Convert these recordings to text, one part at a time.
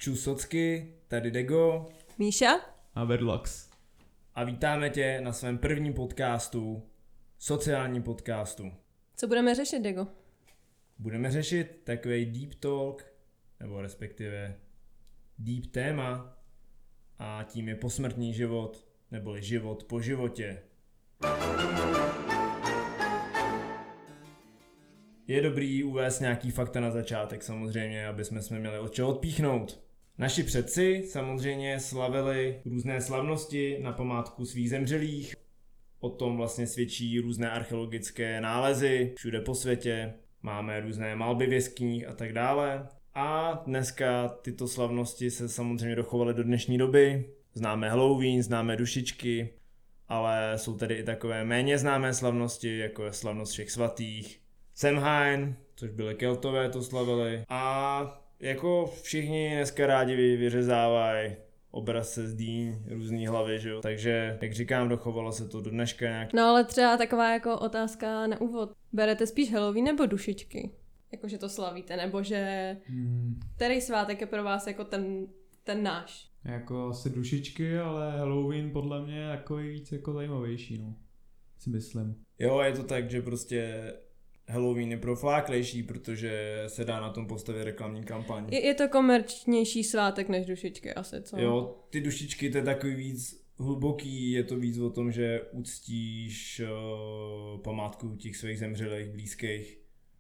Čus socky, tady Dego, Míša a Vedlax. A vítáme tě na svém prvním podcastu, sociálním podcastu. Co budeme řešit, Dego? Budeme řešit takový deep talk, nebo respektive deep téma, a tím je posmrtný život, neboli život po životě. Je dobrý uvést nějaký fakta na začátek samozřejmě, aby jsme měli od čeho odpíchnout. Naši předci samozřejmě slavili různé slavnosti na památku svých zemřelých. O tom vlastně svědčí různé archeologické nálezy všude po světě. Máme různé malby v jeskyních a tak dále. A dneska tyto slavnosti se samozřejmě dochovaly do dnešní doby. Známe Halloween, známe dušičky, ale jsou tady i takové méně známé slavnosti, jako je slavnost všech svatých, Samhain, což byly Keltové, to slavili. A jako všichni dneska rádi vyřezávají obraz se zdíň, různý hlavy, že jo. Takže, jak říkám, dochovalo se to do dneška nějak. No ale třeba taková jako otázka na úvod. Berete spíš Halloween nebo dušičky? Jakože to slavíte, nebo že který svátek je pro vás jako ten náš? Jako asi dušičky, ale Halloween podle mě je jako víc jako zajímavější, no. Si myslím. Jo, je to tak, že prostě Halloween je profláklejší, protože se dá na tom postavit reklamní kampaň. Je to komerčnější svátek než dušičky asi, co? Jo, ty dušičky to je takový víc hluboký, je to víc o tom, že uctíš památku těch svých zemřelých blízkých.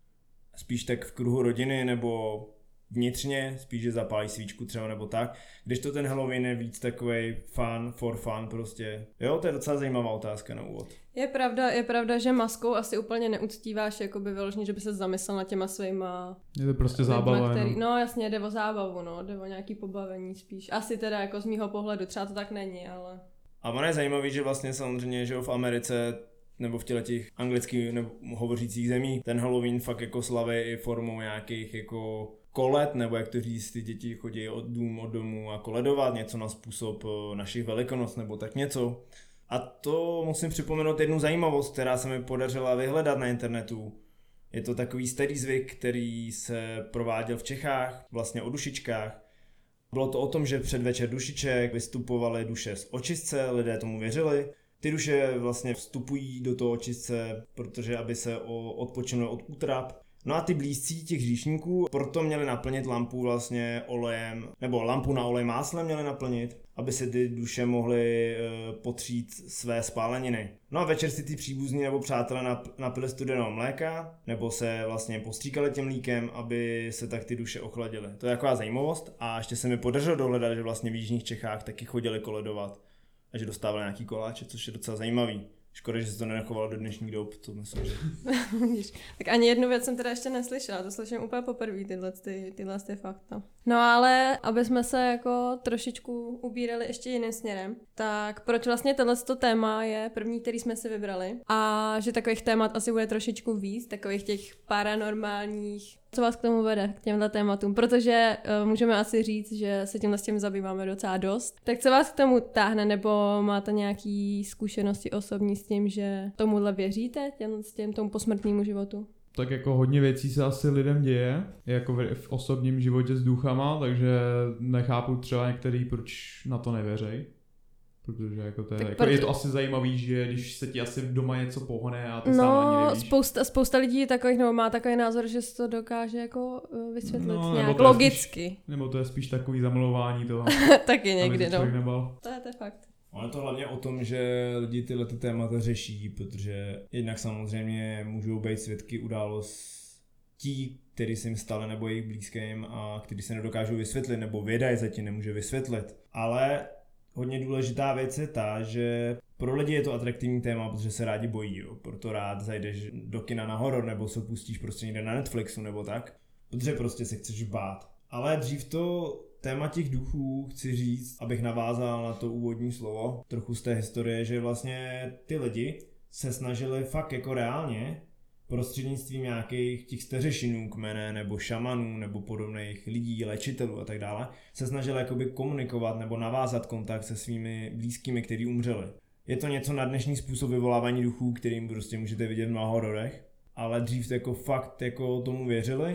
Spíš tak v kruhu rodiny nebo vnitřně, spíš, že zapálíš svíčku třeba nebo tak. Kdežto ten Halloween je víc takovej fun, for fun prostě. Jo, to je docela zajímavá otázka na úvod. Je pravda, že maskou asi úplně neuctíváš jakoby vyloženě, že by se zamyslel na těma svýma... Je to prostě zábava, No jasně, jde o zábavu, no, jde o nějaký pobavení spíš. Asi teda jako z mýho pohledu, třeba to tak není, ale... A ono je zajímavý, že vlastně samozřejmě, že v Americe nebo v těch anglických nebo hovořících zemí ten Halloween fakt jako slaví i formou nějakých jako kolet, nebo jak to říct, ty děti chodí od domu a koledovat něco na způsob našich Velikonoc nebo tak něco. A to musím připomenout jednu zajímavost, která se mi podařila vyhledat na internetu. Je to takový starý zvyk, který se prováděl v Čechách, vlastně o dušičkách. Bylo to o tom, že předvečer dušiček vystupovaly duše z očistce, lidé tomu věřili. Ty duše vlastně vstupují do toho očistce, protože aby se odpočinuli od útrap. No a ty blízcí těch hříšníků proto měli naplnit lampu vlastně olejem, nebo lampu na olej máslem měli naplnit, aby se ty duše mohly potřít své spáleniny. No a večer si ty příbuzní nebo přátelé napili studeného mléka, nebo se vlastně postříkali tím mlíkem, aby se tak ty duše ochladily. To je taková zajímavost a ještě se mi podařilo dohledat, že vlastně v jižních Čechách taky chodili koledovat a že dostávali nějaký koláče, což je docela zajímavý. Škoda, že se to nenechovalo do dnešních dob, to myslím, že... Tak ani jednu věc jsem teda ještě neslyšela, to slyším úplně poprvé, tyhle fakta. No ale, aby jsme se jako trošičku ubírali ještě jiným směrem, tak proč vlastně tohleto téma je první, který jsme si vybrali a že takových témat asi bude trošičku víc, takových těch paranormálních. Co vás k tomu vede, k těmhle tématům? Protože můžeme asi říct, že se tímhle s tím zabýváme docela dost. Tak co vás k tomu táhne, nebo máte nějaké zkušenosti osobní s tím, že tomuhle věříte, tomu posmrtnému životu? Tak jako hodně věcí se asi lidem děje, jako v osobním životě s duchama, takže nechápu třeba některý, proč na to nevěřej. Protože jako to je, jako je to asi zajímavý, že když se ti asi doma něco pohne a ty sám ani nevíš. Spousta lidí takových, nebo má takový názor, že se to dokáže jako vysvětlit nějak logicky. Nebo to je spíš takový zamlouování toho. Taky někdy, no. To je fakt. Ale to hlavně o tom, že lidi tyhle témata řeší, protože jednak samozřejmě můžou být svědky událostí, které se jim staly nebo jejich blízkým a který se nedokážou vysvětlit, nebo věda je zatím nemůže vysvětlit. Ale hodně důležitá věc je ta, že pro lidi je to atraktivní téma, protože se rádi bojí, jo. Proto rád zajdeš do kina na horor, nebo se pustíš prostě někde na Netflixu, nebo tak, protože prostě se chceš bát. Ale dřív to téma těch duchů chci říct, abych navázal na to úvodní slovo, trochu z té historie, že vlastně ty lidi se snažili fakt jako reálně prostřednictvím nějakých těch stařešinů kmene nebo šamanů nebo podobných lidí, léčitelů a tak dále, se snažili jakoby komunikovat nebo navázat kontakt se svými blízkými, kteří umřeli. Je to něco na dnešní způsob vyvolávání duchů, kterým prostě můžete vidět v mnoha hororech, ale dřív jako fakt jako tomu věřili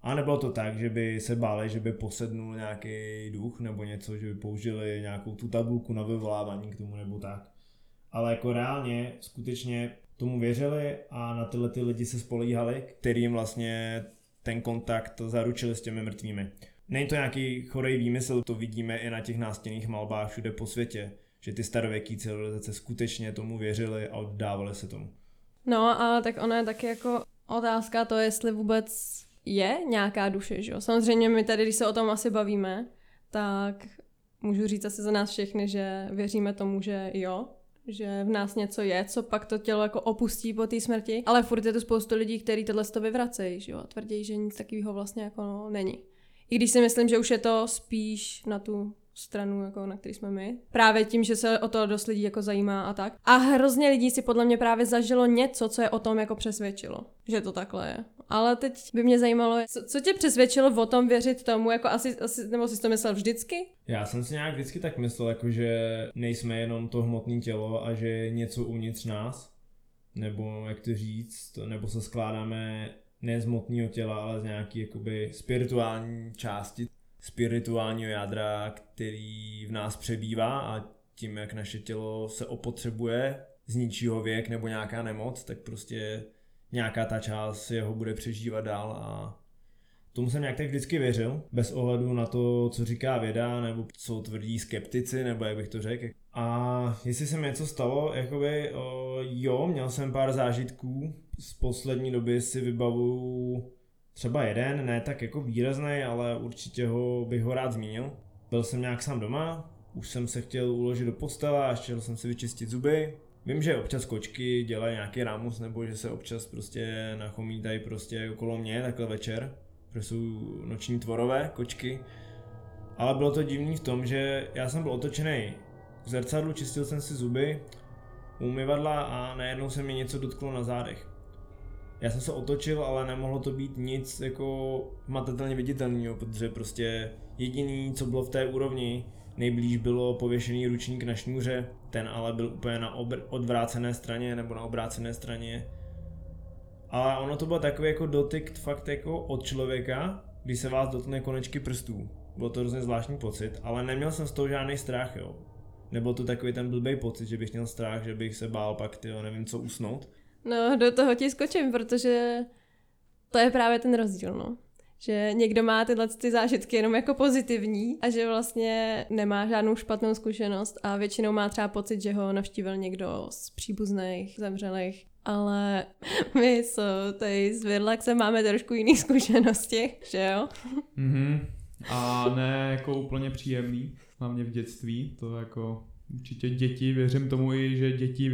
A nebylo to tak, že by se báli, že by posednul nějaký duch nebo něco, že by použili nějakou tu tabulku na vyvolávání k tomu nebo tak. Ale jako reálně, skutečně tomu věřili a na tyhle ty lidi se spolíhali, kterým vlastně ten kontakt zaručili s těmi mrtvými. Není to nějaký chorej výmysl, to vidíme i na těch nástěnných malbách všude po světě, že ty starověké civilizace skutečně tomu věřili a oddávali se tomu. No, ale tak ona je taky jako otázka to, jestli vůbec je nějaká duše, že jo? Samozřejmě my tady, když se o tom asi bavíme, tak můžu říct asi za nás všechny, že věříme tomu, že jo, že v nás něco je, co pak to tělo jako opustí po té smrti, ale furt je tu spoustu lidí, kteří tohle to vyvracejí, že jo, a tvrdí, že nic takového vlastně jako není. I když si myslím, že už je to spíš na tu stranu, jako na který jsme my. Právě tím, že se o to dost lidí jako zajímá a tak. A hrozně lidí si podle mě právě zažilo něco, co je o tom jako přesvědčilo, že to takhle je. Ale teď by mě zajímalo, co tě přesvědčilo o tom věřit tomu, jako asi nebo jsi to myslel vždycky? Já jsem si nějak vždycky tak myslel, jako že nejsme jenom to hmotné tělo a že je něco uvnitř nás, nebo jak to říct, nebo se skládáme ne z hmotného těla, ale z nějaký jakoby spirituální části, spirituálního jádra, který v nás přebývá a tím, jak naše tělo se opotřebuje, zničí ho věk nebo nějaká nemoc, tak prostě nějaká ta část jeho bude přežívat dál a tomu jsem nějak tak vždycky věřil, bez ohledu na to, co říká věda, nebo co tvrdí skeptici, nebo jak bych to řekl. A jestli se mi něco stalo, jakoby jo, měl jsem pár zážitků, z poslední doby si vybavuju třeba jeden, ne tak jako výrazný, ale určitě bych ho rád zmínil. Byl jsem nějak sám doma, už jsem se chtěl uložit do postele a chtěl jsem si vyčistit zuby. Vím, že občas kočky dělají nějaký rámus, nebo že se občas prostě nachomítají prostě okolo mě takhle večer, protože jsou noční tvorové kočky. Ale bylo to divný v tom, že já jsem byl otočený k zrcadlu, čistil jsem si zuby u umyvadla a najednou se mi něco dotklo na zádech. Já jsem se otočil, ale nemohlo to být nic jako hmatatelně viditelného, protože prostě jediný, co bylo v té úrovni, nejblíž bylo pověšený ručník na šňůře, ten ale byl úplně na odvrácené straně nebo na obrácené straně. Ale ono to bylo takový jako dotyk fakt jako od člověka, když se vás dotkne konečky prstů. Bylo to hrozně zvláštní pocit, ale neměl jsem z toho žádný strach, jo. Nebyl to takový ten blbej pocit, že bych měl strach, že bych se bál pak, nevím co, usnout. No, do toho ti skočím, protože to je právě ten rozdíl, no. Že někdo má tyhle ty zážitky jenom jako pozitivní a že vlastně nemá žádnou špatnou zkušenost a většinou má třeba pocit, že ho navštívil někdo z příbuzných, zemřelých. Ale my tady s Virlaxem máme trošku jiný zkušenosti, že jo? A ne jako úplně příjemný, hlavně v dětství, to jako určitě děti, věřím tomu i, že děti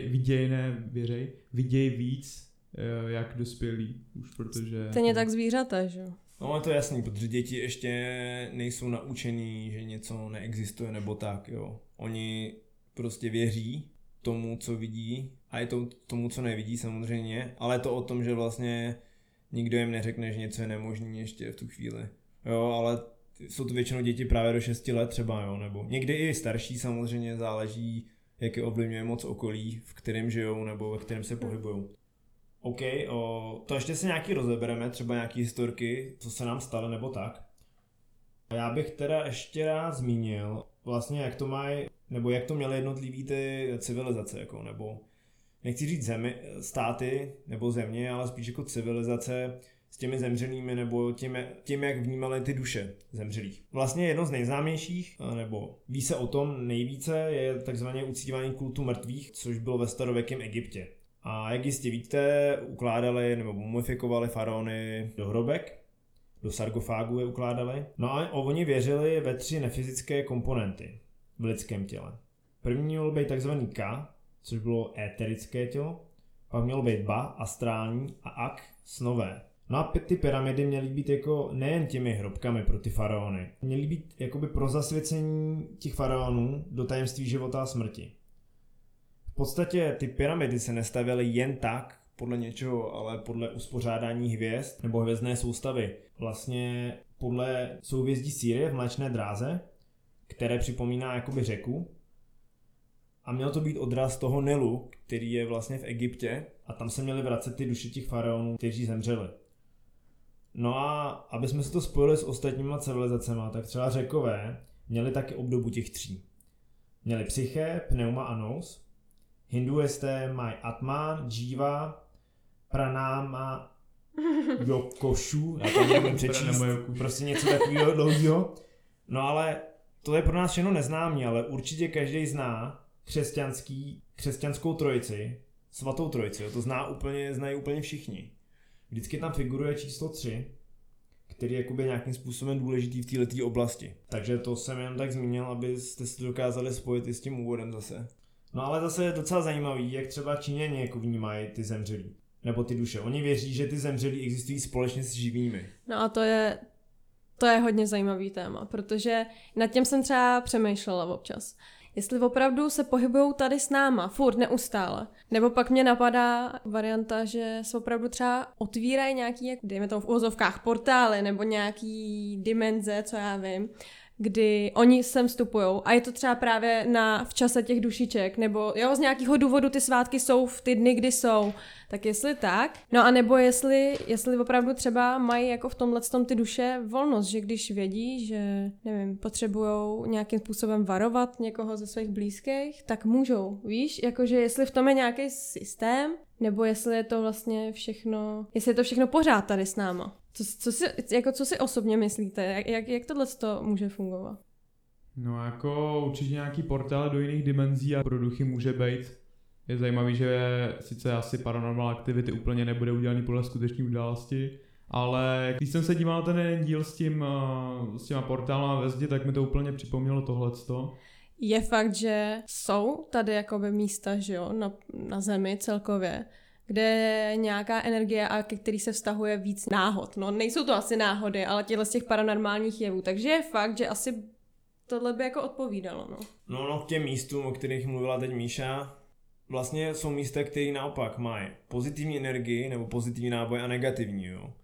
vidějí víc jak dospělí, už protože... Stejně tak zvířata, že jo? No je to jasný, protože děti ještě nejsou naučený, že něco neexistuje nebo tak, jo. Oni prostě věří tomu, co vidí a je to tomu, co nevidí samozřejmě, ale je to o tom, že vlastně nikdo jim neřekne, že něco je nemožné ještě v tu chvíli. Jo, ale jsou to většinou děti právě do 6 let třeba, jo, nebo někdy i starší samozřejmě, záleží, jak je ovlivňuje moc okolí, v kterém žijou nebo ve kterém se pohybujou. OK, to ještě se nějaký rozebereme, třeba nějaký historky, co se nám stalo nebo tak. Já bych teda ještě rád zmínil vlastně jak to mají, nebo jak to měly jednotlivý ty civilizace, jako, nebo nechci říct státy nebo země, ale spíš jako civilizace s těmi zemřelými nebo tím, jak vnímali ty duše zemřelých. Vlastně jedno z nejznámějších, nebo ví se o tom nejvíce, je takzvané uctívání kultu mrtvých, což bylo ve starověkém Egyptě. A jak jistě víte, ukládali nebo mumifikovali faraony do hrobek, do sargofágu je ukládali. No a oni věřili ve 3 nefyzické komponenty v lidském těle. První mělo být takzvaný Ka, což bylo éterické tělo, pak mělo být Ba, astrální a Ak, snové. No a ty pyramidy měly být jako nejen těmi hrobkami pro ty faraony, měly být jakoby pro zasvěcení těch faraonů do tajemství života a smrti. V podstatě ty pyramidy se nestavěly jen tak, podle něčeho, ale podle uspořádání hvězd nebo hvězdné soustavy. Vlastně podle souhvězdí Sýrie v Mléčné dráze, které připomíná jakoby řeku. A měl to být odraz toho Nilu, který je vlastně v Egyptě a tam se měly vracet ty duše těch faraonů, kteří zemřeli. No a aby jsme se to spojili s ostatníma civilizacema, tak třeba Řekové měli taky obdobu těch 3. Měli Psyche, Pneuma a Nous. Hinduisté mají Atman, Jiva, Pranama, Yokoshu, já to nevím přečíst, prostě něco takového dlouhého. No ale to je pro nás všechno neznámý, ale určitě každý zná křesťanskou trojici, svatou trojici, to znají úplně všichni. Vždycky tam figuruje číslo 3, který je jakoby nějakým způsobem důležitý v této oblasti. Takže to jsem jen tak zmínil, abyste si to dokázali spojit i s tím úvodem zase. No ale zase je docela zajímavý, jak třeba Číňani jako vnímají ty zemřelí. Nebo ty duše. Oni věří, že ty zemřelí existují společně s živými. No a to je hodně zajímavý téma, protože nad tím jsem třeba přemýšlela občas. Jestli opravdu se pohybujou tady s náma, furt, neustále. Nebo pak mě napadá varianta, že se opravdu třeba otvírají nějaký, dejme tomu v uvozovkách, portály nebo nějaký dimenze, co já vím, kdy oni sem vstupujou a je to třeba právě v čase těch dušiček, nebo jo, z nějakého důvodu ty svátky jsou v ty dny, kdy jsou. Tak jestli tak, no a nebo jestli opravdu třeba mají jako v tomhletom ty duše volnost, že když vědí, že nevím, potřebujou nějakým způsobem varovat někoho ze svých blízkých, tak můžou, víš, jakože jestli v tom je nějaký systém, nebo jestli je to vlastně všechno, jestli je to všechno pořád tady s náma. Co si osobně myslíte? Jak tohle může fungovat? No jako určitě nějaký portál do jiných dimenzí a pro duchy může být. Je zajímavý, že sice asi Paranormal Activity úplně nebude udělaný podle skutečné události, ale když jsem se díval na ten jeden díl s těma portálama ve zdi, tak mi to úplně připomnělo tohleto. Je fakt, že jsou tady jakoby místa, že jo, na Zemi celkově, kde je nějaká energie a ke který se vztahuje víc náhod. No nejsou to asi náhody, ale těchto z těch paranormálních jevů. Takže je fakt, že asi tohle by jako odpovídalo, no. No k těm místům, o kterých mluvila teď Míša, vlastně jsou místa, které naopak mají pozitivní energii nebo pozitivní náboj a negativní, jo.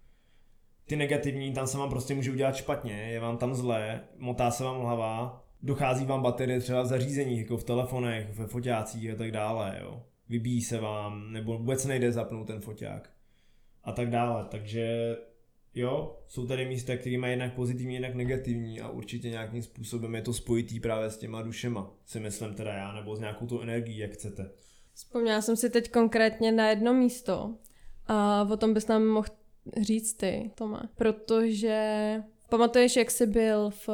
Ty negativní, tam se vám prostě může udělat špatně, je vám tam zlé, motá se vám hlava, dochází vám baterie třeba v zařízeních, jako v telefonech, ve foťácích a tak dále, jo. Vybíjí se vám, nebo vůbec nejde zapnout ten foťák a tak dále, takže jo, jsou tady místa, které mají jednak pozitivní, jednak negativní a určitě nějakým způsobem je to spojitý právě s těma dušema, si myslím teda já, nebo s nějakou tu energií, jak chcete. Vzpomněla jsem si teď konkrétně na jedno místo a o tom bys nám mohl říct ty, Tome, protože pamatuješ, jak jsi byl v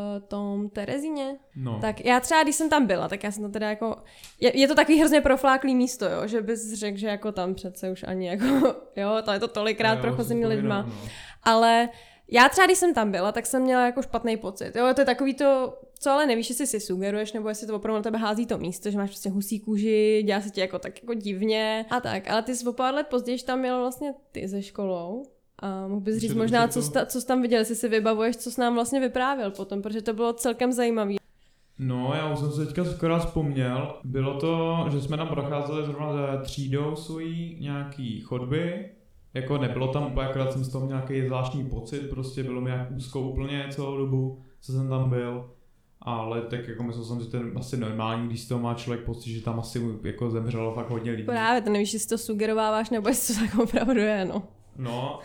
tom Terezíně? No. Tak já třeba, když jsem tam byla, tak já jsem to teda jako... Je to takový hrozně profláklý místo, jo, že bys řekl, že jako tam přece už ani jako... Jo, to je to tolikrát prochozený lidma. No. Ale já třeba, když jsem tam byla, tak jsem měla jako špatný pocit. Jo, to je takový to, co ale nevíš, jestli si sugeruješ, nebo jestli to opravdu na tebe hází to místo, že máš prostě husí kůži, dělá se ti jako tak jako divně a tak. Ale ty jsi o pár let později tam měl vlastně ty ze školou. A mohl bys říct možná, co jsi tam viděl, jestli si vybavuješ, co jsi nám vlastně vyprávěl potom, protože to bylo celkem zajímavý. No, já už jsem se teďka skoro vzpomněl. Bylo to, že jsme tam procházeli zrovna za třídou svojí nějaký chodby. Jako nebylo tam úplně, akorát jsem z toho nějaký zvláštní pocit, prostě bylo mi jak úzko úplně celou dobu, co jsem tam byl. Ale tak jako myslel jsem, že to je asi normální, když z toho má člověk pocit, že tam asi jako zemřelo fakt hodně lidí. Právě, to nevíš, jestli to sugerováváš, nebo jestli to tak opravdu je, no. No,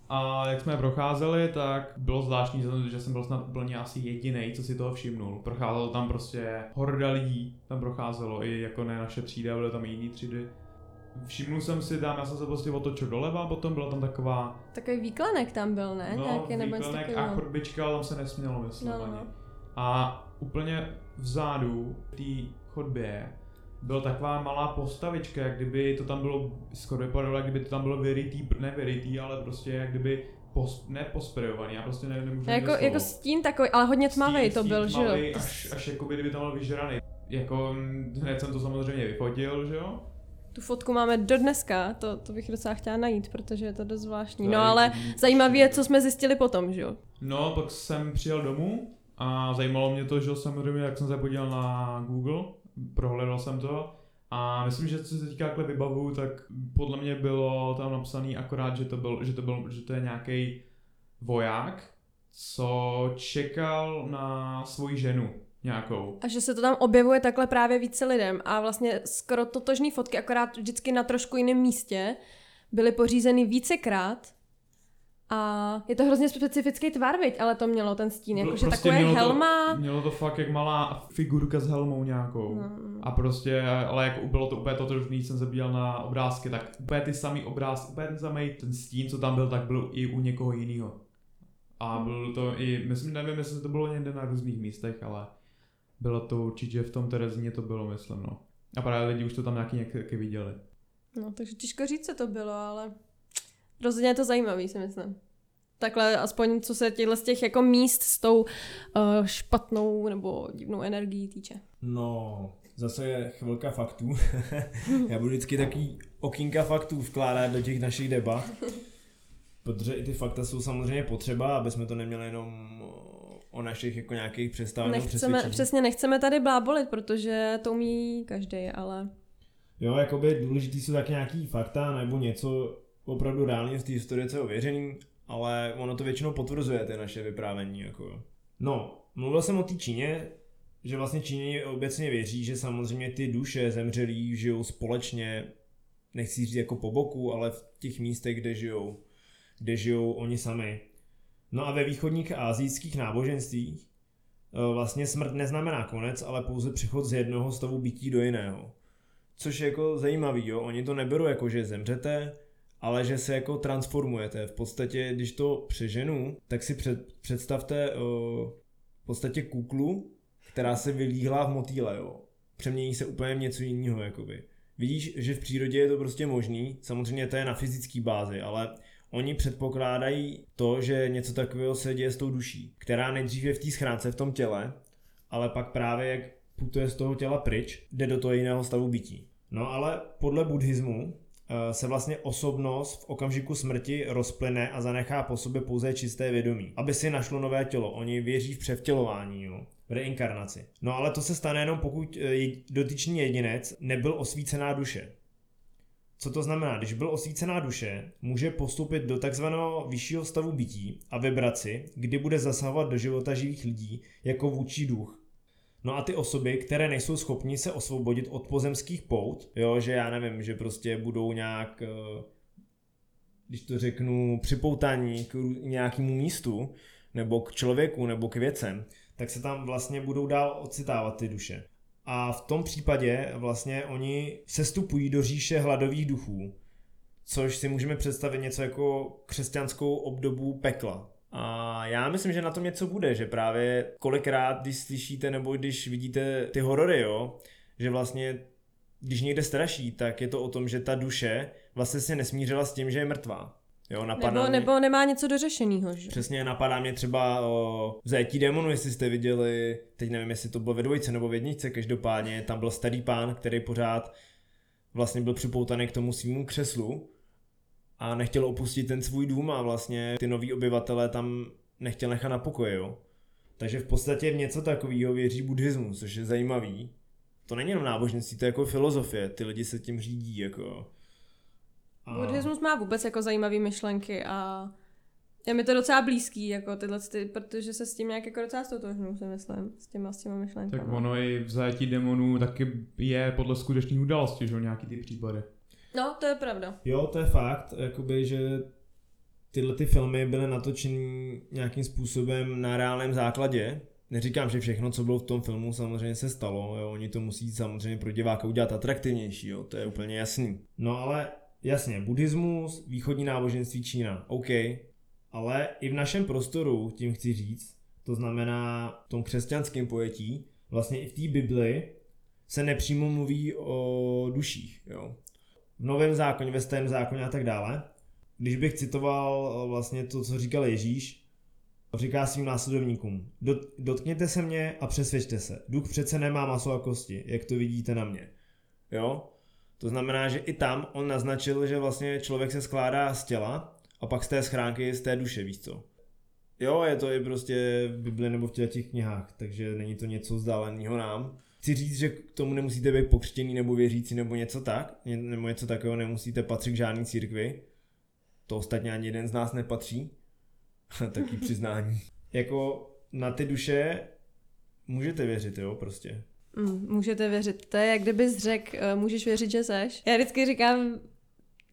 a jak jsme procházeli, tak bylo zvláštní, že jsem byl snad úplně asi jedinej, co si toho všimnul. Procházelo tam prostě horda lidí, tam procházelo i jako ne naše třída, byly tam i jiný třídy. Všimnul jsem si tam, já jsem se prostě otočil doleva, potom byla tam takový výklenek tam byl, ne? No, nějaký, výklenek a chodbička, tam se nesmělo, myslím. No. A úplně vzadu v té chodbě byla taková malá postavička, jak kdyby to tam bylo, skoro vypadalo, jak kdyby to tam bylo nevyrytý, ale prostě jak kdyby neposprejovaný, já prostě nemůžu jako stín takový, ale hodně tmavý to byl, že jo? Až jako kdyby tam byl vyžraný. Jako hned jsem to samozřejmě vyfotil, že jo? Tu fotku máme do dneska, to bych docela chtěla najít, protože je to dost zvláštní. No ale zajímavé je, co jsme zjistili potom, že jo? No, pak jsem přijel domů a zajímalo mě to, že samozřejmě, jak jsem se podíval na Google, prohledal jsem to a myslím, že co se teďka takhle vybavuju, tak podle mě bylo tam napsaný akorát, že to je nějaký voják, co čekal na svoji ženu nějakou. A že se to tam objevuje takhle právě více lidem a vlastně skoro totožný fotky, akorát vždycky na trošku jiném místě, byly pořízeny vícekrát A je to hrozně specifický tvar, viď? Ale to mělo ten stín, jakože prostě takové helma. Mělo to fakt jak malá figurka s helmou nějakou. No. A prostě, ale jako bylo to úplně totožný, jsem se viděl na obrázky, tak úplně ty samý obrázky, úplně ten samý ten stín, co tam byl, tak byl i u někoho jiného. A bylo to i, nevím, jestli to bylo někde na různých místech, ale bylo to určitě v tom Terezíně to bylo, myslím, no. A právě lidi už to tam nějaký viděli. No, takže těžko říct, co to bylo, ale rozhodně je to zajímavý, si myslím. Takhle aspoň co se těchto z těch jako míst s tou špatnou nebo divnou energií týče. No, zase je chvilka faktů. Já budu vždycky takový okýnka faktů vkládat do těch našich debat. Protože i ty fakta jsou samozřejmě potřeba, aby jsme to neměli jenom o našich jako nějakých představených přesvědčení. Přesně nechceme tady blábolit, protože to umí každý, ale... Jo, jakoby důležitý jsou taky nějaký fakta nebo něco opravdu reálně z té historice ověřený, ale ono to většinou potvrzuje ty naše vyprávění. Jako. No, mluvil jsem o té Číně, že vlastně Číňani obecně věří, že samozřejmě ty duše zemřelí žijou společně, nechci říct jako po boku, ale v těch místech, kde žijou oni sami. No a ve východních a asijských náboženstvích vlastně smrt neznamená konec, ale pouze přechod z jednoho stavu bytí do jiného. Což je jako zajímavý, jo? Oni to neberou jako, že zemřete, ale že se jako transformujete. V podstatě, když to přeženu, tak si představte v podstatě kuklu, která se vylíhla v motýle, jo? Přemění se úplně v něco jiného, jakoby. Vidíš, že v přírodě je to prostě možný, samozřejmě to je na fyzické bázi, ale oni předpokládají to, že něco takového se děje s tou duší, která nejdřív je v té schránce v tom těle, ale pak právě jak putuje z toho těla pryč, jde do toho jiného stavu bytí. No ale podle buddhismu se vlastně osobnost v okamžiku smrti rozplyne a zanechá po sobě pouze čisté vědomí, aby si našlo nové tělo. Oni věří v převtělování, jo, v reinkarnaci. No ale to se stane jenom pokud dotyčný jedinec nebyl osvícená duše. Co to znamená? Když byl osvícená duše, může postoupit do takzvaného vyššího stavu bytí a vibraci, kdy bude zasahovat do života živých lidí jako vůdčí duch. No a ty osoby, které nejsou schopni se osvobodit od pozemských pout, jo, že já nevím, že prostě budou nějak, když to řeknu, připoutaní k nějakému místu, nebo k člověku, nebo k věcem, tak se tam vlastně budou dál ocitávat ty duše. A v tom případě vlastně oni sestupují do říše hladových duchů, což si můžeme představit něco jako křesťanskou obdobu pekla. A já myslím, že na tom něco bude, že právě kolikrát, když slyšíte nebo když vidíte ty horory, jo, že vlastně, když někde straší, tak je to o tom, že ta duše vlastně se nesmířila s tím, že je mrtvá. Jo, nebo nemá něco dořešenýho, že? Přesně, napadá mě třeba v Zajetí démonu, jestli jste viděli, teď nevím, jestli to bylo ve 2 nebo v 1, každopádně tam byl starý pán, který pořád vlastně byl připoutaný k tomu svýmu křeslu a nechtěl opustit ten svůj dům a vlastně ty noví obyvatelé tam nechtěl nechat na pokoji, jo. Takže v podstatě v něco takového věří buddhismus, což je zajímavý. To není jenom náboženství, to je jako filozofie, ty lidi se tím řídí, jako. Buddhismus má vůbec jako zajímavé myšlenky a je mi to docela blízký, jako tyhle, protože se s tím nějak jako docela stotožňuji, si myslím, s těma myšlenkami. Tak ono i v Zajetí démonů taky je podle skutečných událostí, že nějaký ty případy. No, to je pravda. Jo, to je fakt, jakoby, že tyhle ty filmy byly natočeny nějakým způsobem na reálném základě. Neříkám, že všechno, co bylo v tom filmu, samozřejmě se stalo, jo, oni to musí samozřejmě pro diváka udělat atraktivnější, jo, to je úplně jasný. No ale jasně, buddhismus, východní náboženství, Čína, OK, ale i v našem prostoru, tím chci říct, to znamená v tom křesťanském pojetí, vlastně i v té Bibli se nepřímo mluví o duších, jo. V Novém zákoně, ve Starém zákoně a tak dále. Když bych citoval vlastně to, co říkal Ježíš, říká svým následovníkům: dotkněte se mě a přesvědčte se, duch přece nemá maso a kosti, jak to vidíte na mě. Jo? To znamená, že i tam on naznačil, že vlastně člověk se skládá z těla a pak z té schránky, z té duše, víš co. Jo, je to i prostě v Bibli nebo v těch knihách, takže není to něco vzdáleného nám. Chci říct, že k tomu nemusíte být pokřtěný nebo věřící nebo něco tak, nebo něco takového, nemusíte patřit k žádný církvi. To ostatně ani jeden z nás nepatří. Taký přiznání. Jako na ty duše můžete věřit, jo, prostě. Můžete věřit. To je, jak kdybys řekl, můžeš věřit, že seš. Já vždycky říkám,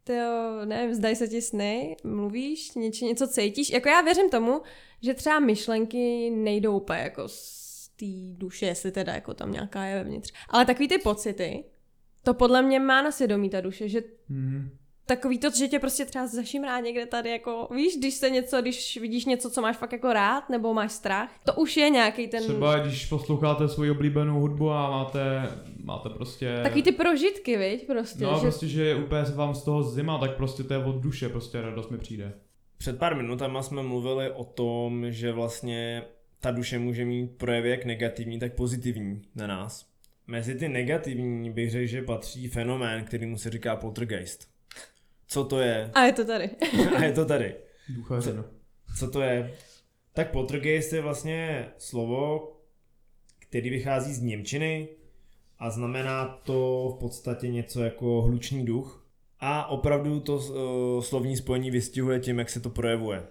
Tyjo, nevím, zdají se ti sny, mluvíš, něco cítíš. Jako já věřím tomu, že třeba myšlenky nejdou úplně jako z té duše, jestli teda jako tam nějaká je vevnitř. Ale takový ty pocity, to podle mě má na svědomí ta duše, že takový to, že tě prostě třeba zašimrá někde tady, jako víš, když vidíš něco, co máš fakt jako rád, nebo máš strach, to už je nějaký ten... Třeba když posloucháte svoji oblíbenou hudbu a máte prostě... Takový ty prožitky, viď, prostě. No, prostě, že úplně se vám z toho zima, tak prostě to je od duše, prostě radost mi přijde. Před pár minutama jsme mluvili o tom, že vlastně ta duše může mít projevy jak negativní, tak pozitivní na nás. Mezi ty negativní bych řekl, že patří fenomén, kterýmu se říká poltergeist. Co to je? A je to tady. A je to tady. Duchařeno. Co to je? Tak poltergeist je vlastně slovo, který vychází z němčiny a znamená to v podstatě něco jako hlučný duch. A opravdu to slovní spojení vystihuje tím, jak se to projevuje.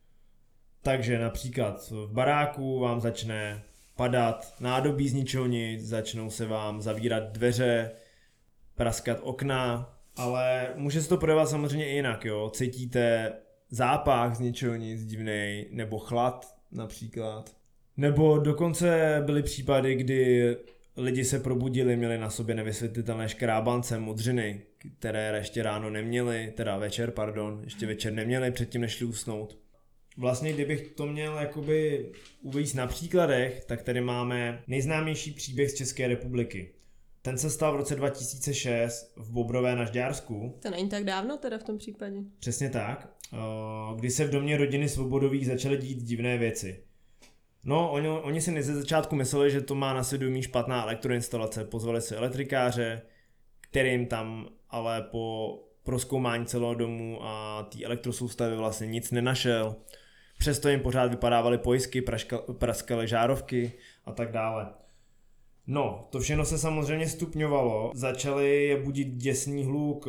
Takže například v baráku vám začne padat nádobí z ničeho nic, začnou se vám zavírat dveře, praskat okna, ale může se to projevovat samozřejmě i jinak, jo. Cítíte zápach z ničeho nic divnej, nebo chlad například. Nebo dokonce byly případy, kdy lidi se probudili, měli na sobě nevysvětlitelné škrábance, modřiny, které ještě ráno neměli, teda večer, pardon, ještě večer neměli předtím, než šli usnout. Vlastně, kdybych to měl jakoby uvést na příkladech, tak tady máme nejznámější příběh z České republiky. Ten se stal v roce 2006 v Bobrové na Žďársku. To není tak dávno teda v tom případě. Přesně tak, kdy se v domě rodiny Svobodových začaly dít divné věci. No, oni si ze začátku mysleli, že to má na svědomí špatná elektroinstalace, pozvali si elektrikáře, kterým tam ale po prozkoumání celého domu a té elektrosoustavy vlastně nic nenašel. Přesto jim pořád vypadávaly pojistky, praskaly žárovky a tak dále. No, to všechno se samozřejmě stupňovalo, začaly je budit děsný hluk,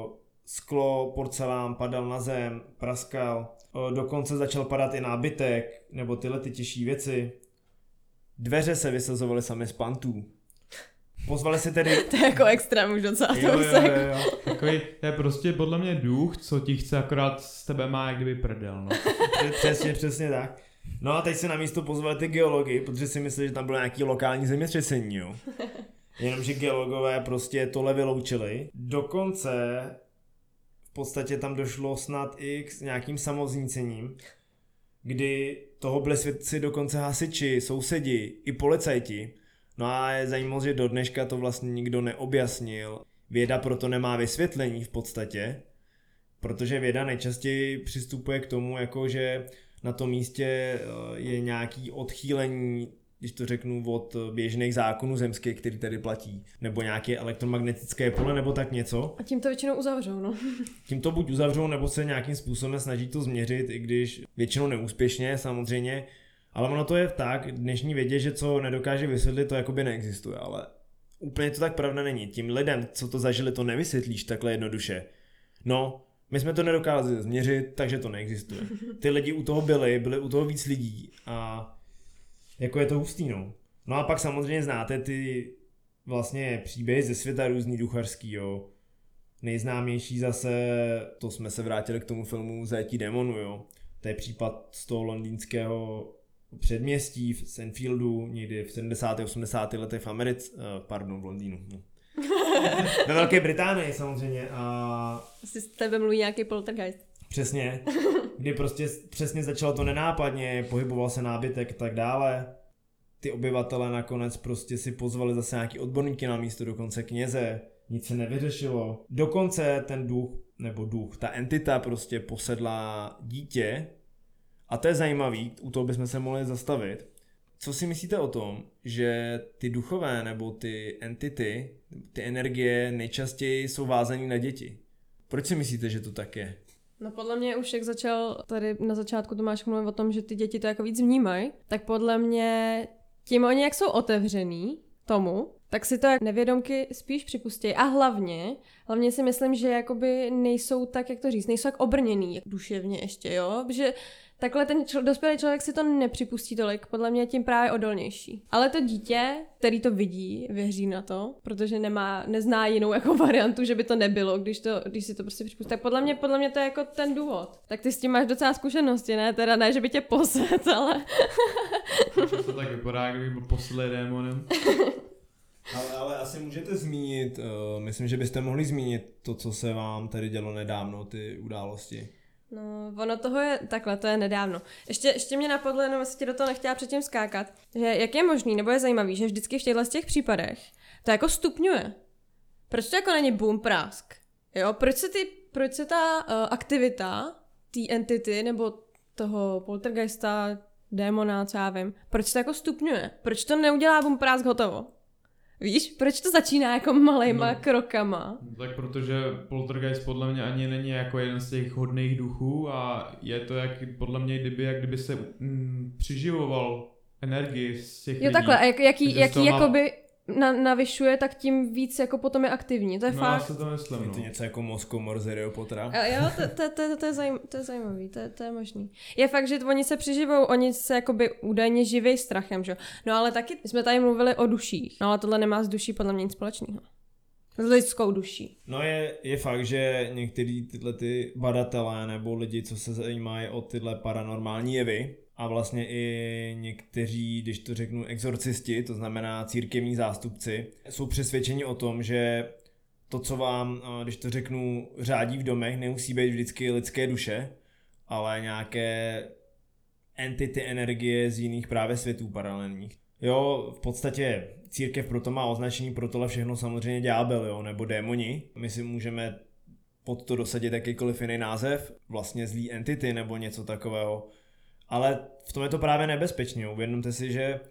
sklo, porcelán padal na zem, praskal, dokonce začal padat i nábytek, nebo tyhle ty těžší věci. Dveře se vysazovaly sami z pantů. Pozvali si tedy... To je jako extrém už docela. Jo. Takový, to je prostě podle mě duch, co ti chce, akorát z tebe má jak kdyby prdel, no. Přesně tak. No a teď se na místo pozvali ty geology, protože si mysleli, že tam bylo nějaký lokální zemětřesení, jo. Jenomže geologové prostě tohle vyloučili. Dokonce v podstatě tam došlo snad i k nějakým samoznícením, kdy toho byli svědci dokonce hasiči, sousedi i policajti. No a je zajímavé, že do dneška to vlastně nikdo neobjasnil. Věda proto nemá vysvětlení v podstatě, protože věda nejčastěji přistupuje k tomu, jako že na tom místě je nějaký odchýlení, když to řeknu, od běžných zákonů zemských, který tady platí, nebo nějaké elektromagnetické pole, nebo tak něco. A tím to většinou uzavřou, no. Tím to buď uzavřou, nebo se nějakým způsobem snaží to změřit, i když většinou neúspěšně, samozřejmě. Ale ono to je tak, dnešní vědě, že co nedokáže vysvětlit, to jakoby neexistuje, ale úplně to tak pravda není. Tím lidem, co to zažili, to nevysvětlíš takhle jednoduše. No, my jsme to nedokázali změřit, takže to neexistuje. Ty lidi u toho byli u toho víc lidí a jako je to hustý, no. No a pak samozřejmě znáte ty vlastně příběhy ze světa různý duchařský, jo. Nejznámější zase, to jsme se vrátili k tomu filmu Zajetí démonů, jo. To je případ z toho londýnského předměstí v Senfieldu, někdy v 70. 80. letech v Americe, v Londýnu. No. Ve Velké Británii samozřejmě. A asi z tebe mluví nějaký poltergeist. Přesně, kdy prostě přesně začalo to nenápadně, pohyboval se nábytek a tak dále. Ty obyvatele nakonec prostě si pozvali zase nějaký odborníky na místo, dokonce kněze, nic se nevyřešilo. Dokonce ten duch, ta entita prostě posedla dítě. A to je zajímavý, u toho bychom se mohli zastavit. Co si myslíte o tom, že ty duchové nebo ty entity, ty energie nejčastěji jsou vázané na děti? Proč si myslíte, že to tak je? No podle mě už jak začal tady na začátku Tomáš mluvit o tom, že ty děti to jako víc vnímají, tak podle mě tím oni jak jsou otevřený tomu, tak si to jak nevědomky spíš připustějí. A hlavně si myslím, že jakoby nejsou tak, jak to říct, nejsou jak obrněný duševně ještě, jo? Že takhle ten dospělý člověk si to nepřipustí tolik, podle mě je tím právě odolnější. Ale to dítě, který to vidí, věří na to, protože nezná jinou jako variantu, že by to nebylo, když si to prostě připustí. Tak podle mě to je jako ten důvod. Tak ty s tím máš docela zkušenosti, ne? Teda ne, že by tě poset, ale... To tak vypadá, kdyby byl posled démonem. Ale asi můžete zmínit, myslím, že byste mohli zmínit to, co se vám tady dělo nedávno, ty události. No, ono toho je takhle, to je nedávno. Ještě mě napadlo, jenom jestli ti do toho nechtěla předtím skákat, že jak je možný, nebo je zajímavý, že vždycky v těchto těch případech to jako stupňuje. Proč to jako není boom prásk? Jo, proč se ta aktivita té entity nebo toho poltergeista, démona, co já vím, proč to jako stupňuje? Proč to neudělá boom prásk hotovo? Víš, proč to začíná jako malejma krokama? Tak protože poltergeist podle mě ani není jako jeden z těch hodných duchů a je to podle mě kdyby se přiživoval energii z těch lidí. Jo takhle, a jaký jakoby navyšuje, tak tím víc jako potom je aktivní, to je fakt. Já se to myslím, Je to něco jako Moskomor z Harryho Pottera? Jo, to je zajímavý, to je možný. Je fakt, že oni se přiživou, oni se jakoby údajně živí strachem, že jo. No ale taky jsme tady mluvili o duších, no ale tohle nemá s duší podle mě nic společného. S lidskou duší. No je fakt, že některý tyhle ty badatelé nebo lidi, co se zajímají o tyhle paranormální jevy, a vlastně i někteří, když to řeknu, exorcisti, to znamená církevní zástupci, jsou přesvědčeni o tom, že to, co vám, když to řeknu, řádí v domech, nemusí být vždycky lidské duše, ale nějaké entity energie z jiných právě světů paralelních. Jo, v podstatě církev proto má označení pro tohle všechno samozřejmě ďábel, jo, nebo démoni. My si můžeme pod to dosadit jakýkoliv jiný název, vlastně zlý entity nebo něco takového. Ale v tom je to právě nebezpečné. Uvědomte si, že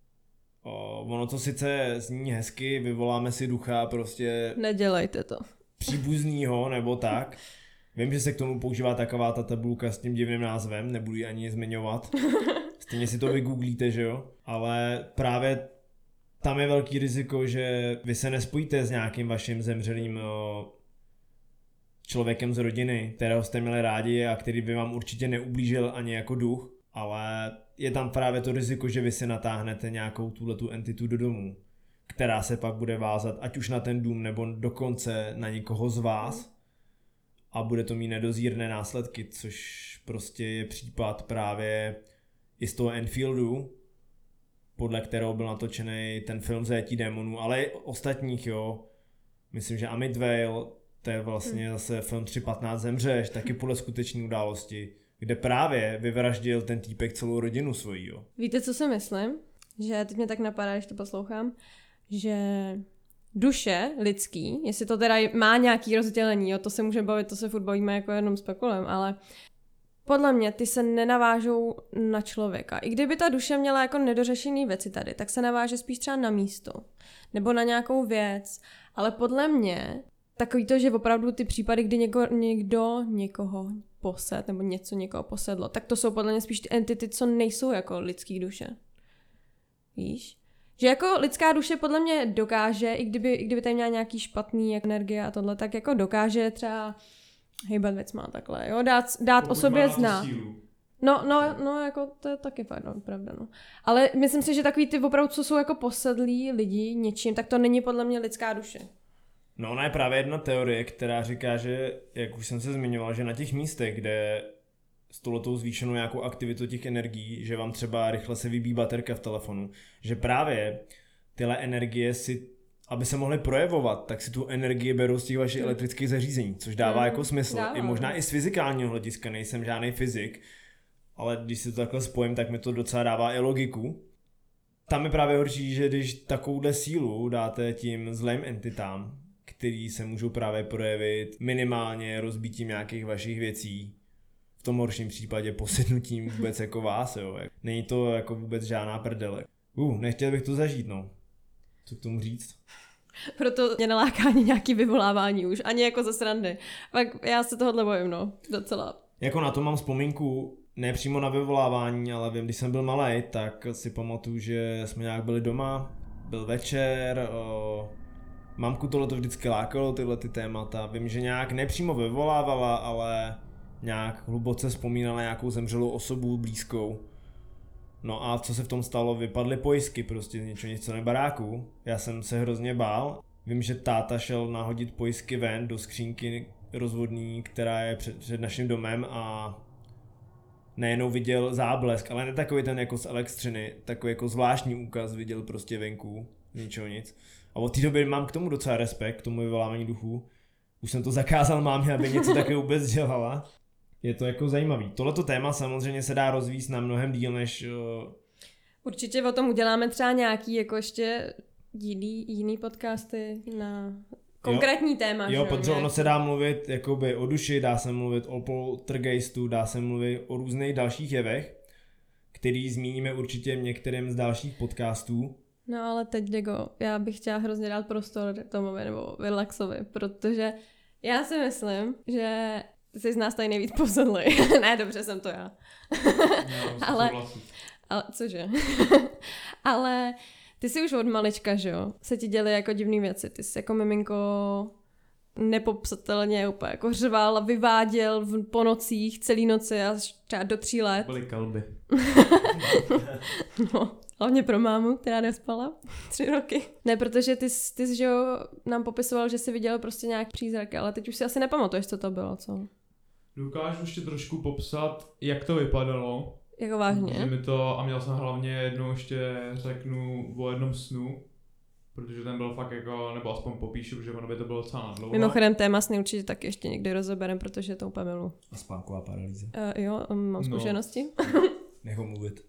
ono to sice zní hezky, vyvoláme si ducha prostě... Nedělejte to. Příbuznýho nebo tak. Vím, že se k tomu používá taková ta tabulka s tím divným názvem, nebudu ji ani zmiňovat. Stejně si to vygooglíte, že jo? Ale právě tam je velký riziko, že vy se nespojíte s nějakým vaším zemřelým člověkem z rodiny, kterého jste měli rádi a který by vám určitě neublížil ani jako duch, ale je tam právě to riziko, že vy si natáhnete nějakou tuhletu entitu do domu, která se pak bude vázat ať už na ten dům nebo dokonce na někoho z vás a bude to mít nedozírné následky, což prostě je případ právě i z toho Enfieldu, podle kterého byl natočený ten film Zajetí démonů, ale i ostatních, jo. Myslím, že Amityville, to je vlastně zase film 3.15 zemřeš, taky podle skutečné události, kde právě vyvraždil ten týpek celou rodinu svojí, jo. Víte, co si myslím? Že teď mě tak napadá, když to poslouchám, že duše lidský, jestli to teda má nějaký rozdělení, jo, to se může bavit, to se furt bavíme jako jenom spekulem, ale podle mě ty se nenavážou na člověka. I kdyby ta duše měla jako nedořešený věci tady, tak se naváže spíš třeba na místo. Nebo na nějakou věc. Ale podle mě takový to, že opravdu ty případy, kdy někdo někoho posed, nebo něco někoho posedlo, tak to jsou podle mě spíš ty entity, co nejsou jako lidský duše. Víš? Že jako lidská duše podle mě dokáže, i kdyby tady měla nějaký špatný energie a tohle, tak jako dokáže třeba hejbat věcma takhle, jo, dát o sobě znát. No, jako to je taky pravda, no. Ale myslím si, že takový ty opravdu, co jsou jako posedlí lidi něčím, tak to není podle mě lidská duše. No, ona je právě jedna teorie, která říká, že, jak už jsem se zmiňoval, že na těch místech, kde s touhletou zvýšenou nějakou aktivitu těch energií, že vám třeba rychle se vybíjí baterka v telefonu, že právě tyhle energie si, aby se mohly projevovat, tak si tu energii berou z těch vašich elektrických zařízení, což dává jako smysl. Dává. I možná i z fyzikálního hlediska, nejsem žádný fyzik, ale když si to takhle spojím, tak mi to docela dává i logiku. Tam je právě horší, že když takovouhle sílu dáte tím zlým entitám, který se můžou právě projevit minimálně rozbítím nějakých vašich věcí, v tom horším případě posednutím vůbec jako vás, jo. Není to jako vůbec žádná prdele. Nechtěl bych to zažít, no. Co k tomu říct? Proto mě neláká ani nějaký vyvolávání už, ani jako ze srandy. Pak já se tohohle bojím, no, docela. Jako na to mám vzpomínku, ne přímo na vyvolávání, ale vím, když jsem byl malej, tak si pamatuju, že jsme nějak byli doma, byl večer, mamku tohle to vždycky lákalo, tyhle ty témata. Vím, že nějak nepřímo vyvolávala, ale nějak hluboce vzpomínal na nějakou zemřelou osobu blízkou. No a co se v tom stalo? Vypadly pojistky prostě z něco nebaráku. Já jsem se hrozně bál. Vím, že táta šel nahodit pojistky ven do skřínky rozvodní, která je před naším domem a nejenom viděl záblesk, ale ne takový ten jako z elektřiny, takový jako zvláštní úkaz viděl prostě venku, ničeho nic. A od té doby mám k tomu docela respekt, k tomu vyvolávání duchů. Už jsem to zakázal mámě, aby něco takového vůbec dělala. Je to jako zajímavý. Tohleto téma samozřejmě se dá rozvíjet na mnohem díl než... Určitě o tom uděláme třeba nějaký jako ještě jiný podcasty na konkrétní téma. Jo, protože ono se dá mluvit jakoby o duši, dá se mluvit o poltergeistu, dá se mluvit o různých dalších jevech, který zmíníme určitě v některém z dalších podcastů. No ale teď, Diego, já bych chtěla hrozně dát prostor Tomovi nebo Relaxovi, protože já si myslím, že jsi z nás tady nejvíc posedlej. Ne, dobře, jsem to já. Ale cože? Ale ty jsi už od malička, že jo? Se ti děly jako divný věci. Ty jsi jako miminko nepopsatelně úplně jako řval a vyváděl po nocích celý noci až třeba do 3 let. Byly kalby. No, hlavně pro mámu, která nespala 3 roky. Ne, protože ty jsi, že jo, nám popisoval, že jsi viděl prostě nějak přízraky, ale teď už si asi nepamatuješ, co to bylo, co? Dokážu ještě trošku popsat, jak to vypadalo. Jako vážně? A měl jsem hlavně jednou ještě řeknu o jednom snu, protože ten byl fakt jako, nebo aspoň popíšu, protože ono by to bylo docela nadlouho. Mimochodem téma sny určitě taky ještě někdy rozeberem, protože to úplně milu. A spánková paralýza. Jo, mám zkušenosti. Nech ho mluvit.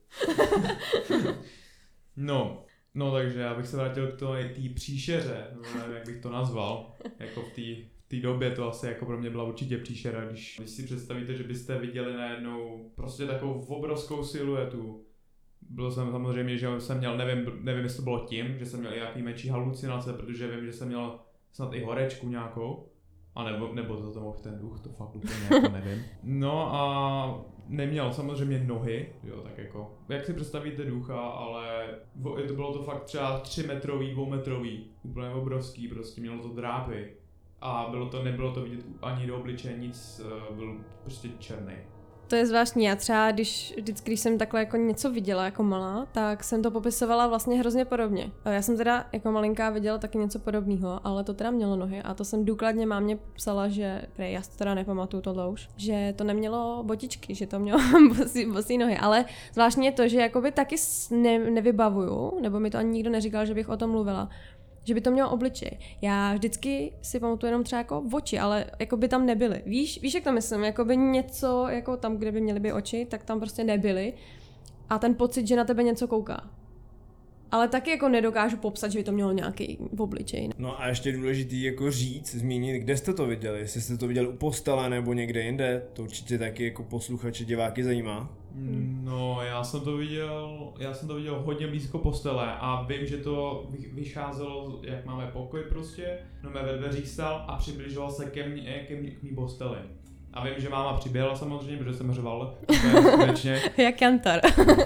No, takže já bych se vrátil k té příšeře, nevím, jak bych to nazval, jako v té době to asi jako pro mě byla určitě příšera, když si představíte, že byste viděli najednou prostě takovou obrovskou siluetu. Byl jsem samozřejmě, že jsem měl, nevím, jestli to bylo tím, že jsem měl nějaký menší halucinace, protože vím, že jsem měl snad i horečku nějakou, a nebo to mohl ten duch, to fakt úplně jako nevím. No a neměl samozřejmě nohy, jo, tak jako, jak si představíte ducha, ale bylo to fakt třeba 3 metrový, 2 metrový, úplně obrovský, prostě mělo to drápy. A nebylo to vidět ani do obličeje, nic, byl prostě černý. To je zvláštní, já třeba když jsem takhle jako něco viděla jako malá, tak jsem to popisovala vlastně hrozně podobně. Já jsem teda jako malinká viděla taky něco podobného, ale to teda mělo nohy a to jsem důkladně mámě psala, že, já si to teda nepamatuju tohle už, že to nemělo botičky, že to mělo bosí nohy, ale zvláštní je to, že jakoby taky nevybavuju, nebo mi to ani nikdo neříkal, že bych o tom mluvila, že by to mělo obličej. Já vždycky si pamatuju jenom třeba jako oči, ale jako by tam nebyly. Víš, jak to myslím? Jako by něco, jako tam, kde by měly být oči, tak tam prostě nebyly. A ten pocit, že na tebe něco kouká. Ale taky jako nedokážu popsat, že by to mělo nějaký obličej. No a ještě důležitý jako zmínit, kde jste to viděli. Jestli jste to viděli u postele nebo někde jinde, to určitě taky jako posluchače, diváky zajímá. No, já jsem to viděl hodně blízko postele a vím, že to vycházelo, jak máme pokoj prostě, no mé ve dveřích stál a přibližoval se k mý posteli. A vím, že máma přiběhla samozřejmě, protože jsem řval skutečně. Jak kantar.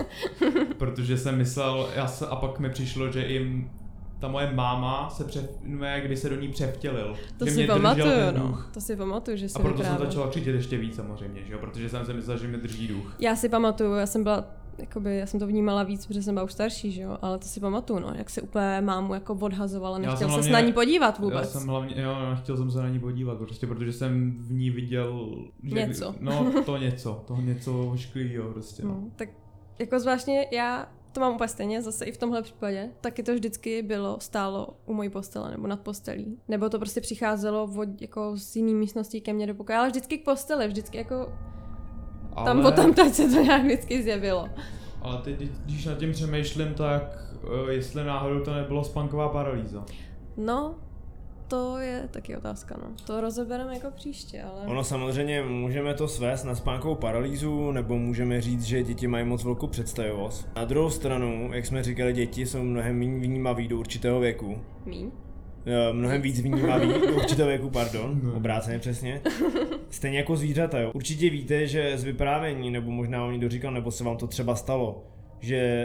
Protože jsem myslel, a pak mi přišlo, že i ta moje máma kdy se do ní převtělil. To si pamatuju, no. To si pamatuju, že se vyprávěl. A proto jsem začala křičet ještě víc samozřejmě, že jo? Protože jsem si myslel, že mi drží duch. Já si pamatuju, já jsem to vnímala víc, protože jsem byla už starší, že jo? Ale to si pamatuju, no, jak se úplně mámu jako odhazovala, nechtěl se na ní podívat vůbec. Já jsem hlavně, nechtěl jsem se na ní podívat, prostě protože jsem v ní viděl něco. To něco hošklivýho prostě. No, tak jako zvláštně já to mám úplně stejně, zase i v tomhle případě, taky to vždycky stálo u mojí postele nebo nad postelí. Nebo to prostě přicházelo jako z jiný místností ke mně do pokoje, ale vždycky k posteli, vždycky jako tam teď se to nějak vždycky zjevilo. Ale teď, když nad tím přemýšlím, tak jestli náhodou to nebylo spánková paralýza. No, to je taky otázka, no. To rozebereme jako příště, ale... Ono samozřejmě můžeme to svést na spánkovou paralýzu, nebo můžeme říct, že děti mají moc velkou představivost. Na druhou stranu, jak jsme říkali, děti jsou mnohem méně vnímaví do určitého věku. Mnohem víc vnímaví do určitého věku, obráceně přesně. Stejně jako zvířata, jo. Určitě víte, že z vyprávění, nebo možná vám někdo říkal, nebo se vám to třeba stalo, že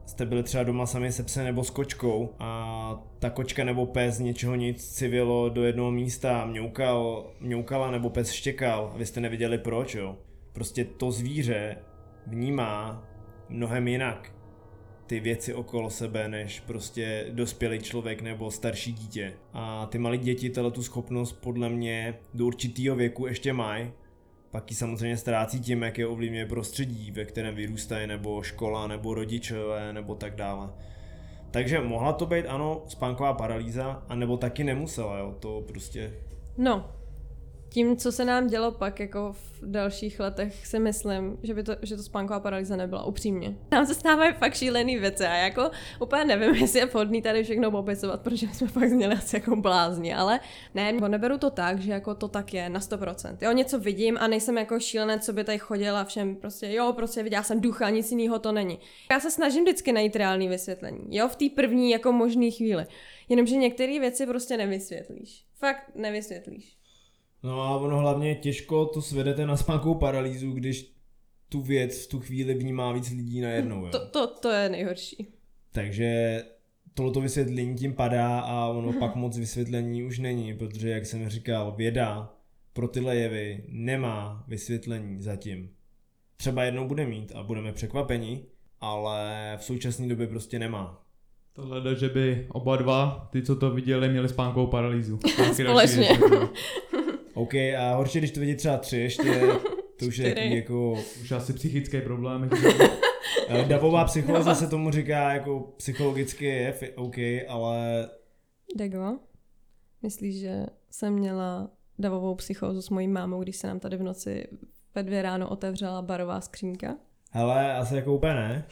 jste byli třeba doma sami se psem nebo s kočkou a ta kočka nebo pes z něčeho nic civilo do jednoho místa, mňoukala nebo pes štěkal a vy jste nevěděli proč, jo. Prostě to zvíře vnímá mnohem jinak ty věci okolo sebe, než prostě dospělý člověk nebo starší dítě. A ty malí děti tu schopnost podle mě do určitého věku ještě mají, pak ji samozřejmě ztrácí tím, jak je ovlivňuje prostředí, ve kterém vyrůstají, nebo škola, nebo rodičové, nebo tak dále. Takže mohla to být, ano, spánková paralýza, anebo taky nemusela, jo, to prostě... No, tím, co se nám dělo pak jako v dalších letech, si myslím, že to spánková paralýza nebyla, upřímně. Nám se stávají fakt šílený věci a jako úplně nevím, jestli je vhodný tady všechno popisovat, protože jsme fakt zněli asi jako blázni, ale ne, neberu to tak, že jako to tak je na 100%. Jo, něco vidím a nejsem jako šílenec, co by tady chodila všem prostě, jo, prostě viděla jsem ducha, nic jiného to není. Já se snažím vždycky najít reálný vysvětlení, jo, v té první jako možný chvíli. Jenomže některé věci prostě nevysvětlíš. Fakt nevysvětlíš. No a ono hlavně těžko to svedete na spánkovou paralýzu, když tu věc v tu chvíli vnímá víc lidí najednou, jo. To je nejhorší. Takže tohleto vysvětlení tím padá a ono pak moc vysvětlení už není, protože jak jsem říkal, věda pro tyhle jevy nemá vysvětlení zatím. Třeba jednou bude mít a budeme překvapeni, ale v současné době prostě nemá. Tohle jde, že by oba dva, ty co to viděli, měli spánkovou paralýzu. Společně. OK, a horší, když to vidí třeba 3 ještě, to už je takový jako... Už asi psychické problémy. Davová psychóza se tomu říká jako psychologicky je OK, ale... Dego, myslíš, že jsem měla davovou psychózu s mojí mámou, když se nám tady v noci ve 2 ráno otevřela barová skřínka? Hele, asi jako úplně ne.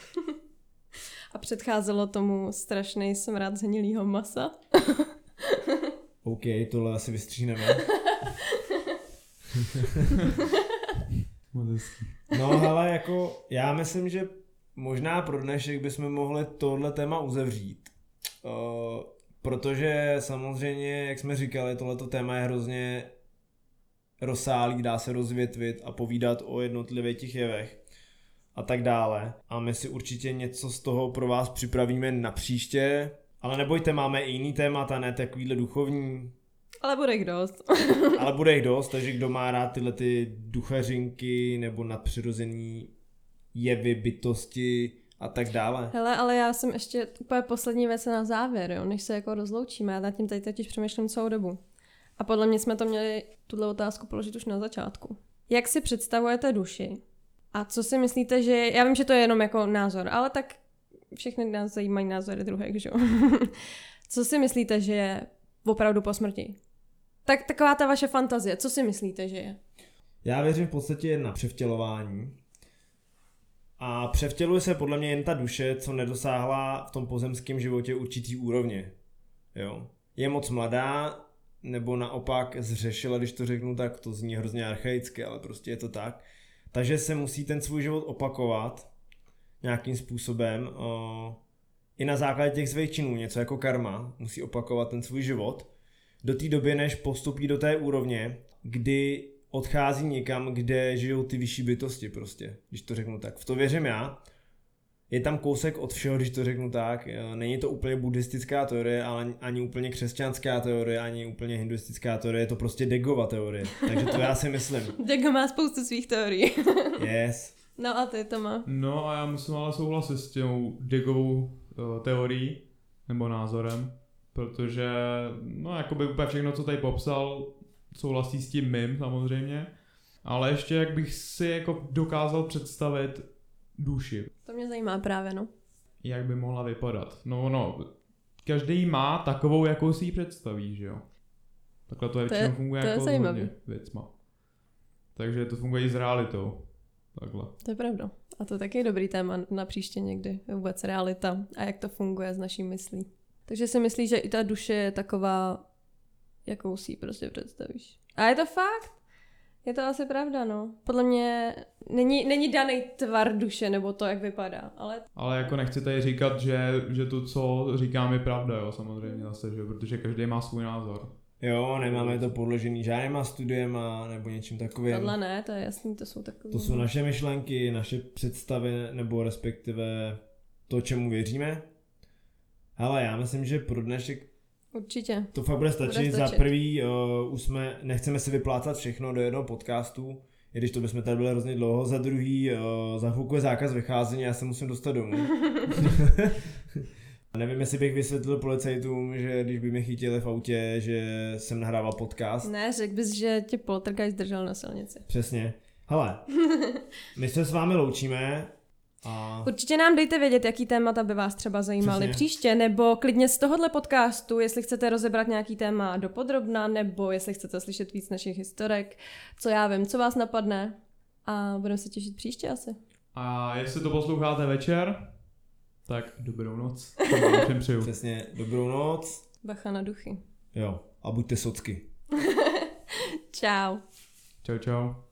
A předcházelo tomu strašný smrad zhnilýho masa? OK, tohle asi vystříhneme. No hele, jako já myslím, že možná pro dnešek bychom mohli tohle téma uzavřít. Protože samozřejmě, jak jsme říkali, tohleto téma je hrozně rozsáhlý, dá se rozvětvit a povídat o jednotlivých těch jevech a tak dále. A my si určitě něco z toho pro vás připravíme na příště. Ale nebojte, máme i jiný témata, ne takovýhle duchovní. Ale bude jich dost. Ale bude jich dost, takže kdo má rád tyhle ty duchařinky nebo nadpřirozený jevy, bytosti a tak dále. Hele, ale já jsem ještě úplně poslední věc na závěr, jo, než se jako rozloučíme. Já nad tím tady totiž přemýšlím celou dobu. A podle mě jsme to měli tuhle otázku položit už na začátku. Jak si představujete duši? A co si myslíte, že... Já vím, že to je jenom jako názor, ale tak všechny nás zajímají názory druhých, že jo? Co si myslíte, že je opravdu po smrti? Tak taková ta vaše fantazie, co si myslíte, že je? Já věřím v podstatě na převtělování. A převtěluje se podle mě jen ta duše, co nedosáhla v tom pozemském životě určitý úrovně. Jo. Je moc mladá, nebo naopak zřešila, když to řeknu tak, to zní hrozně archaicky, ale prostě je to tak. Takže se musí ten svůj život opakovat nějakým způsobem. I na základě těch svých činů, něco jako karma, musí opakovat ten svůj život. Do té doby, než postupí do té úrovně, kdy odchází někam, kde žijou ty vyšší bytosti prostě, když to řeknu tak. V to věřím já. Je tam kousek od všeho, když to řeknu tak. Není to úplně buddhistická teorie, ale ani úplně křesťanská teorie, ani úplně hinduistická teorie, je to prostě Degova teorie. Takže to já si myslím. Dego má spoustu svých teorií. Yes. No a ty to má. No a já musím ale souhlasit s těm Degovou teorií, nebo názorem, protože no jakoby úplně všechno, co tady popsal, souhlasí s tím mým samozřejmě, ale ještě jak bych si jako dokázal představit duši. To mě zajímá právě, no. Jak by mohla vypadat. No, každý má takovou, jakou si ji představí, že jo. Takhle to většinou funguje jako s hodně věcma. Takže to funguje i s realitou. Takhle. To je pravda. A to je taky dobrý téma na příště někdy. Vůbec realita a jak to funguje s naší myslí. Takže si myslíš, že i ta duše je taková, jakou si ji prostě představíš. A je to fakt? Je to asi pravda, no. Podle mě není daný tvar duše, nebo to, jak vypadá, ale... Ale jako nechci tady říkat, že to, co říkám, je pravda, jo, samozřejmě zase, že? Protože každý má svůj názor. Jo, nemáme to podložený žádnýma studiema nebo něčím takovým. Tohle ne, to je jasný, to jsou takové... To jsou naše myšlenky, naše představy, nebo respektive to, čemu věříme. Ale já myslím, že pro dnešek určitě. to fakt bude stačit. Za prvý nechceme si vyplácat všechno do jednoho podcastu, i když to bychom tady byli hrozně dlouho. Za druhý, za chvilku je zákaz vycházení, já se musím dostat domů. Nevím, jestli bych vysvětlil policajtům, že když by mě chytili v autě, že jsem nahrával podcast. Ne, řekl bys, že tě poltergeist držel na silnici. Přesně. Hele, my se s vámi loučíme. Určitě nám dejte vědět, jaký témata by vás třeba zajímaly příště, nebo klidně z tohohle podcastu, jestli chcete rozebrat nějaký téma dopodrobna, nebo jestli chcete slyšet víc našich historek, co já vím, co vás napadne. A budeme se těšit příště asi. A jestli to posloucháte večer, tak dobrou noc. Všem přeju. Přesně, dobrou noc. Bacha na duchy. Jo, a buďte socky. Čau. Čau, čau.